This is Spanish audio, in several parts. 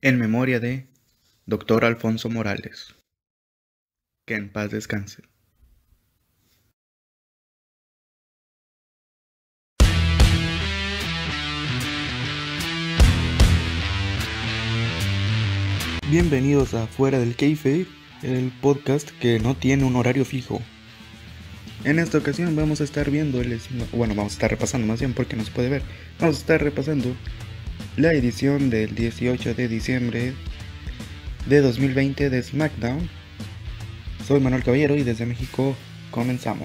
En memoria de Dr. Alfonso Morales. Que en paz descanse. Bienvenidos a Fuera del Kayfabe, el podcast que no tiene un horario fijo. En esta ocasión vamos a estar viendo, vamos a estar repasando más bien porque no se puede ver. Vamos a estar repasando la edición del 18 de diciembre de 2020 de SmackDown. Soy Manuel Caballero y desde México comenzamos.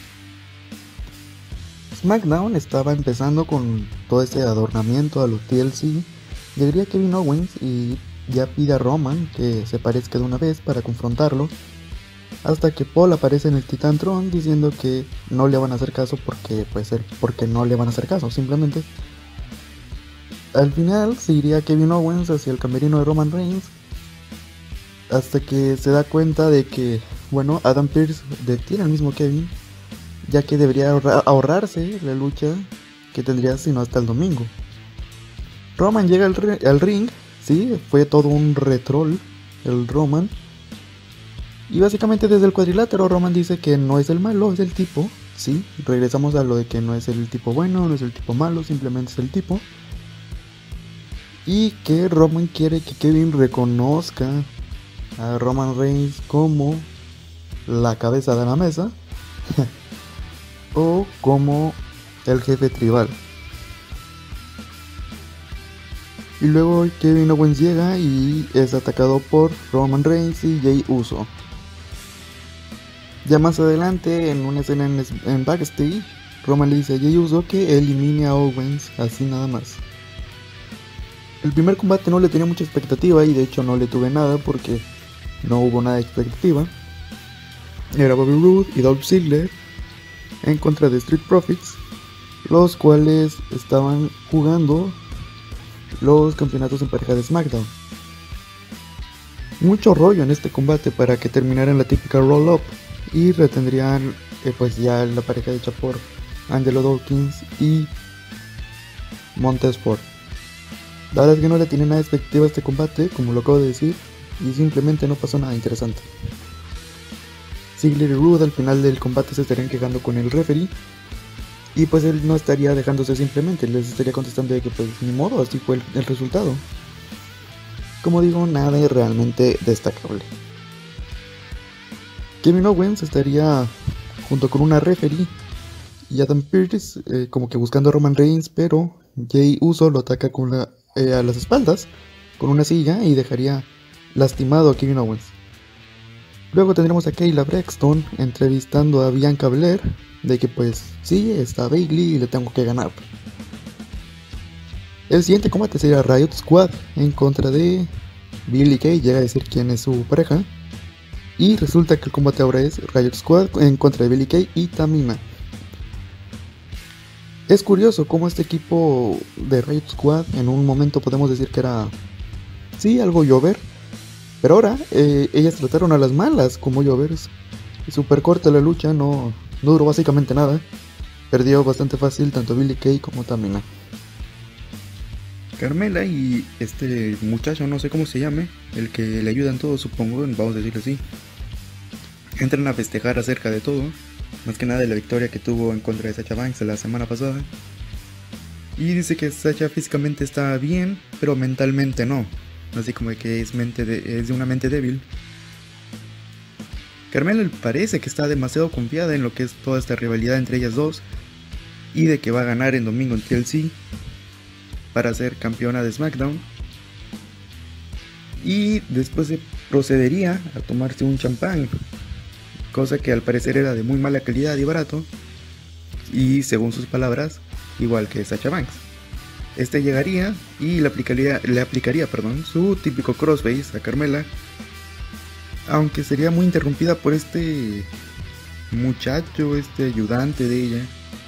SmackDown estaba empezando con todo ese adornamiento a los TLC. Llegaría Kevin Owens y ya pide a Roman que se parezca de una vez para confrontarlo, hasta que Paul aparece en el Titantron diciendo que no le van a hacer caso porque no le van a hacer caso, simplemente. Al final se iría Kevin Owens hacia el camerino de Roman Reigns, hasta que se da cuenta de que, Adam Pearce detiene al mismo Kevin, ya que debería ahorrarse la lucha que tendría sino hasta el domingo. Roman llega al ring, sí, fue todo un retroll el Roman. Y básicamente desde el cuadrilátero Roman dice que no es el malo, es el tipo. Sí, regresamos a lo de que no es el tipo bueno, no es el tipo malo, simplemente es el tipo. Y que Roman quiere que Kevin reconozca a Roman Reigns como la cabeza de la mesa o como el jefe tribal. Y luego Kevin Owens llega y es atacado por Roman Reigns y Jey Uso. Ya más adelante, en una escena en backstage, Roman le dice a Jey Uso que elimine a Owens, así nada más. El primer combate no le tenía mucha expectativa y de hecho no le tuve nada porque no hubo nada de expectativa. Era Bobby Roode y Dolph Ziggler en contra de Street Profits, los cuales estaban jugando los campeonatos en pareja de SmackDown. Mucho rollo en este combate para que terminaran la típica roll-up y retendrían ya la pareja hecha por Angelo Dawkins y Montez Ford. La verdad es que no le tiene nada de expectativa a este combate, como lo acabo de decir, y simplemente no pasó nada interesante. Ziggler y Roode al final del combate se estarían quejando con el referee, y pues él no estaría dejándose simplemente, les estaría contestando de que pues ni modo, así fue el resultado. Como digo, nada realmente destacable. Kevin Owens estaría junto con una referee y Adam Pearce como que buscando a Roman Reigns, pero Jey Uso lo ataca a las espaldas con una silla y dejaría lastimado a Kevin Owens. Luego tendremos a Kayla Braxton entrevistando a Bianca Belair de que pues sí, está Bayley y le tengo que ganar. El siguiente combate sería Riot Squad en contra de Billie Kay, llega a decir quién es su pareja. Y resulta que el combate ahora es Riot Squad en contra de Billie Kay y Tamina. Es curioso cómo este equipo de Riot Squad en un momento podemos decir que era, sí, algo Jover, pero ahora ellas trataron a las malas como Jovers. Super corta la lucha, no duró básicamente nada. Perdió bastante fácil tanto Billie Kay como Tamina. Carmela y este muchacho, no sé cómo se llame, el que le ayudan todos, supongo, vamos a decirlo así, entran a festejar acerca de todo, más que nada de la victoria que tuvo en contra de Sasha Banks la semana pasada. Y dice que Sasha físicamente está bien, pero mentalmente no, así como que es de una mente débil. Carmela parece que está demasiado confiada en lo que es toda esta rivalidad entre ellas dos y de que va a ganar en domingo en TLC para ser campeona de SmackDown, y después se procedería a tomarse un champán, cosa que al parecer era de muy mala calidad y barato, y según sus palabras, igual que Sasha Banks. Este llegaría y le aplicaría su típico crossface a Carmela, aunque sería muy interrumpida por este muchacho, este ayudante de ella.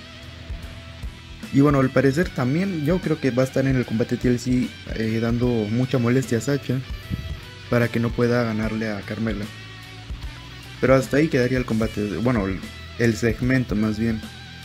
Y al parecer también yo creo que va a estar en el combate TLC dando mucha molestia a Sasha para que no pueda ganarle a Carmela. Pero hasta ahí quedaría el combate, el segmento más bien.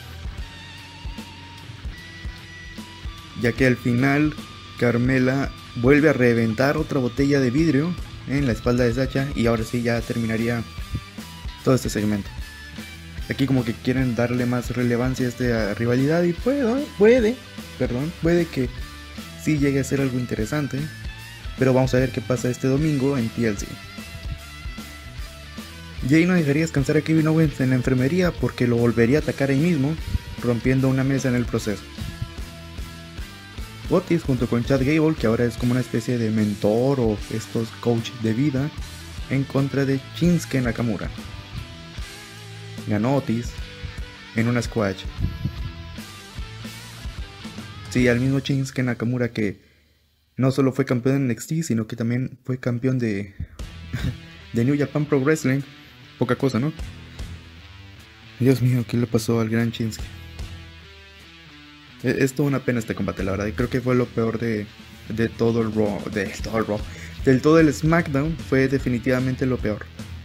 Ya que al final Carmela vuelve a reventar otra botella de vidrio en la espalda de Sacha y ahora sí ya terminaría todo este segmento. Aquí como que quieren darle más relevancia a esta rivalidad y puede que sí llegue a ser algo interesante, pero vamos a ver qué pasa este domingo en TLC. Jay no dejaría descansar a Kevin Owens en la enfermería porque lo volvería a atacar ahí mismo, rompiendo una mesa en el proceso. Otis junto con Chad Gable, que ahora es como una especie de mentor o estos coach de vida, en contra de Shinsuke Nakamura. Ganó Otis en una squash. Sí, al mismo Shinsuke Nakamura que no solo fue campeón de NXT, sino que también fue campeón de New Japan Pro Wrestling. Poca cosa, ¿no? Dios mío, ¿qué le pasó al gran Shinsuke? Es toda una pena este combate, la verdad. Y creo que fue lo peor de todo el Raw. Del todo el SmackDown. Fue definitivamente lo peor.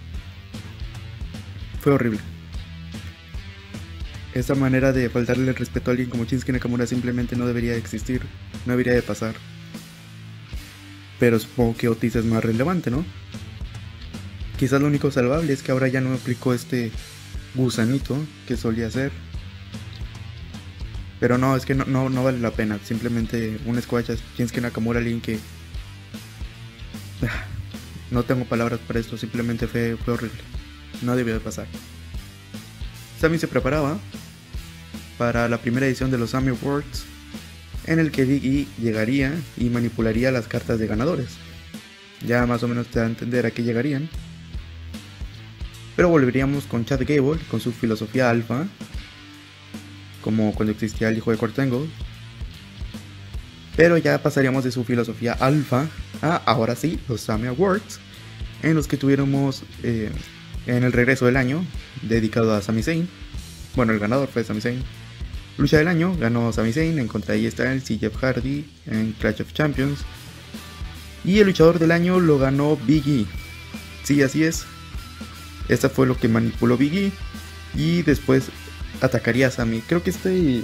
Fue horrible. Esa manera de faltarle el respeto a alguien como Shinsuke Nakamura simplemente no debería existir. No debería de pasar. Pero supongo que Otis es más relevante, ¿no? Quizás lo único salvable es que ahora ya no aplicó este gusanito que solía hacer. Pero no, es que no vale la pena. Simplemente un squash a Shinsuke Nakamura, alguien que... No tengo palabras para esto, simplemente fue horrible. No debió de pasar. Sami se preparaba para la primera edición de los Sami Awards, en el que Big E llegaría y manipularía las cartas de ganadores. Ya más o menos te da a entender a qué llegarían. Pero volveríamos con Chad Gable, con su filosofía alfa, como cuando existía el hijo de Kurt Angle. Pero ya pasaríamos de su filosofía alfa a, ahora sí, los Sami Awards, en los que tuviéramos en el regreso del año, dedicado a Sami Zayn. Bueno, el ganador fue Sami Zayn. Lucha del año, ganó Sami Zayn en contra de AJ Styles y Jeff Hardy en Clash of Champions. Y el luchador del año lo ganó Big E. Sí, así es. Esta fue lo que manipuló Big E. Y después atacaría a Sami. Creo que este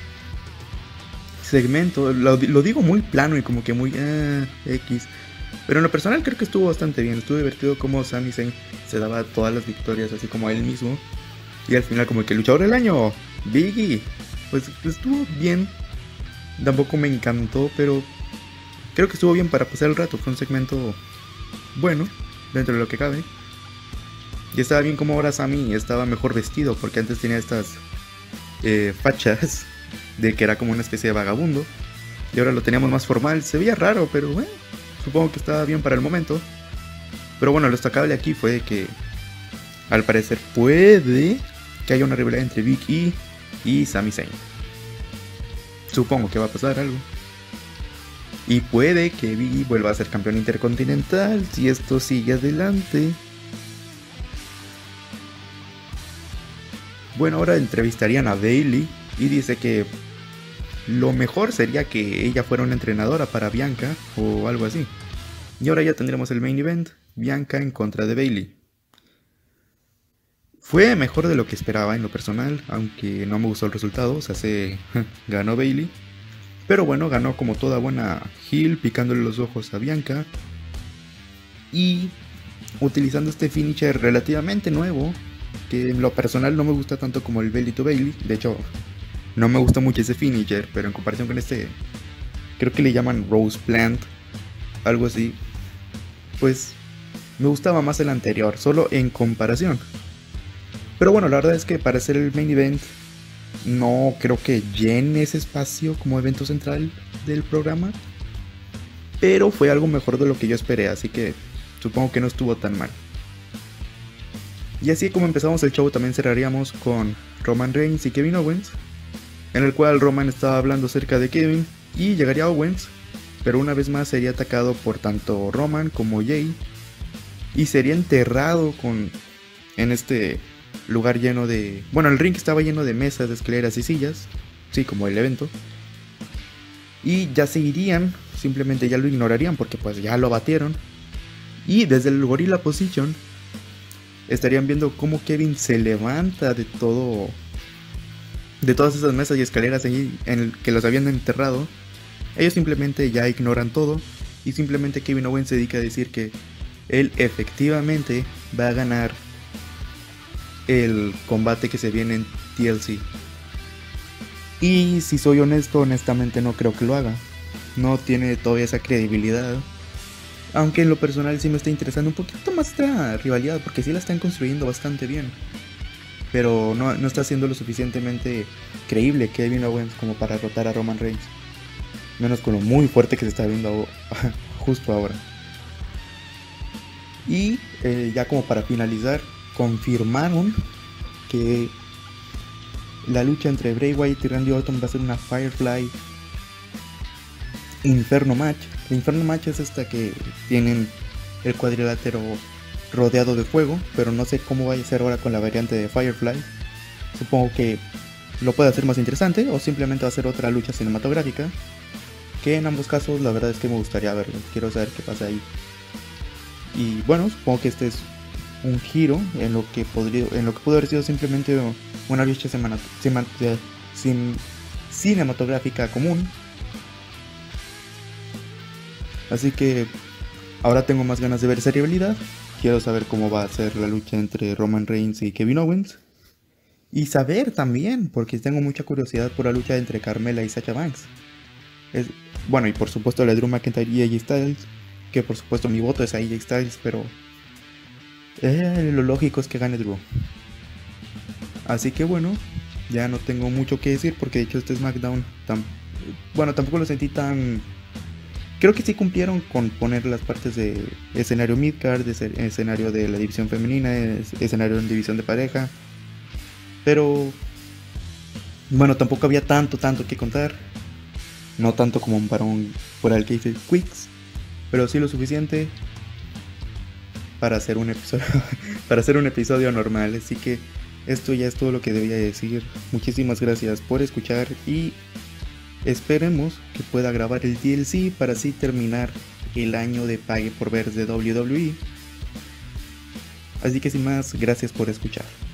segmento lo digo muy plano y como que muy X. Pero en lo personal creo que estuvo bastante bien. Estuvo divertido como Sami Zayn se daba todas las victorias así como a él mismo. Y al final como que el luchador del año, Big E. Pues estuvo bien. Tampoco me encantó, pero creo que estuvo bien para pasar el rato. Fue un segmento bueno, dentro de lo que cabe. Y estaba bien como ahora Sami estaba mejor vestido, porque antes tenía estas fachas de que era como una especie de vagabundo. Y ahora lo teníamos más formal. Se veía raro, pero bueno, supongo que estaba bien para el momento. Pero bueno, lo destacable aquí fue que al parecer puede que haya una rivalidad entre Big E y Sami Zayn. Supongo que va a pasar algo. Y puede que Big E vuelva a ser campeón intercontinental si esto sigue adelante. Bueno, ahora entrevistarían a Bayley y dice que lo mejor sería que ella fuera una entrenadora para Bianca o algo así. Y ahora ya tendremos el main event, Bianca en contra de Bayley. Fue mejor de lo que esperaba en lo personal, aunque no me gustó el resultado, o sea, ganó Bayley. Pero bueno, ganó como toda buena heel, picándole los ojos a Bianca. Y utilizando este finisher relativamente nuevo, que en lo personal no me gusta tanto como el Bayley to Bayley. De hecho, no me gusta mucho ese finisher, pero en comparación con este, creo que le llaman Rose Plant, algo así. Pues me gustaba más el anterior, solo en comparación. Pero bueno, la verdad es que para hacer el main event no creo que llene ese espacio como evento central del programa. Pero fue algo mejor de lo que yo esperé, así que supongo que no estuvo tan mal. Y así como empezamos el show, también cerraríamos con Roman Reigns y Kevin Owens, en el cual Roman estaba hablando acerca de Kevin y llegaría Owens, pero una vez más sería atacado por tanto Roman como Jay y sería enterrado en este lugar lleno de... Bueno, el ring estaba lleno de mesas, de escaleras y sillas, sí, como el evento, y ya se irían, simplemente ya lo ignorarían porque pues ya lo batieron. Y desde el Gorilla Position estarían viendo cómo Kevin se levanta de todas esas mesas y escaleras ahí en el que los habían enterrado. Ellos simplemente ya ignoran todo y simplemente Kevin Owens se dedica a decir que él efectivamente va a ganar el combate que se viene en TLC. Y si soy honesto, honestamente no creo que lo haga. No tiene todavía esa credibilidad. Aunque en lo personal sí me está interesando un poquito más esta rivalidad, porque sí la están construyendo bastante bien. Pero no está siendo lo suficientemente creíble Kevin Owens como para derrotar a Roman Reigns. Menos con lo muy fuerte que se está viendo justo ahora. Y ya como para finalizar, confirmaron que la lucha entre Bray Wyatt y Randy Orton va a ser una Firefly Inferno Match. El Inferno Match es esta que tienen el cuadrilátero rodeado de fuego, pero no sé cómo vaya a ser ahora con la variante de Firefly. Supongo que lo puede hacer más interesante o simplemente va a ser otra lucha cinematográfica, que en ambos casos la verdad es que me gustaría verlo. Quiero saber qué pasa ahí. Y bueno, supongo que este es un giro en lo que pudo haber sido simplemente una lucha cinematográfica común. Así que ahora tengo más ganas de ver esa rivalidad. Quiero saber cómo va a ser la lucha entre Roman Reigns y Kevin Owens. Y saber también, porque tengo mucha curiosidad por la lucha entre Carmella y Sasha Banks. Bueno, y por supuesto la de Drew McIntyre y AJ Styles. Que por supuesto mi voto es a AJ Styles, pero lo lógico es que gane Drew. Así que bueno, ya no tengo mucho que decir, porque de hecho este SmackDown tampoco lo sentí tan... Creo que sí cumplieron con poner las partes de escenario midcard, de escenario de la división femenina, escenario en división de pareja. Pero bueno, tampoco había tanto que contar. No tanto como para el Kayfabe Quicks, pero sí lo suficiente para hacer un episodio para hacer un episodio normal. Así que esto ya es todo lo que debía decir. Muchísimas gracias por escuchar y esperemos que pueda grabar el DLC para así terminar el año de pague por ver de WWE. Así que sin más, gracias por escuchar.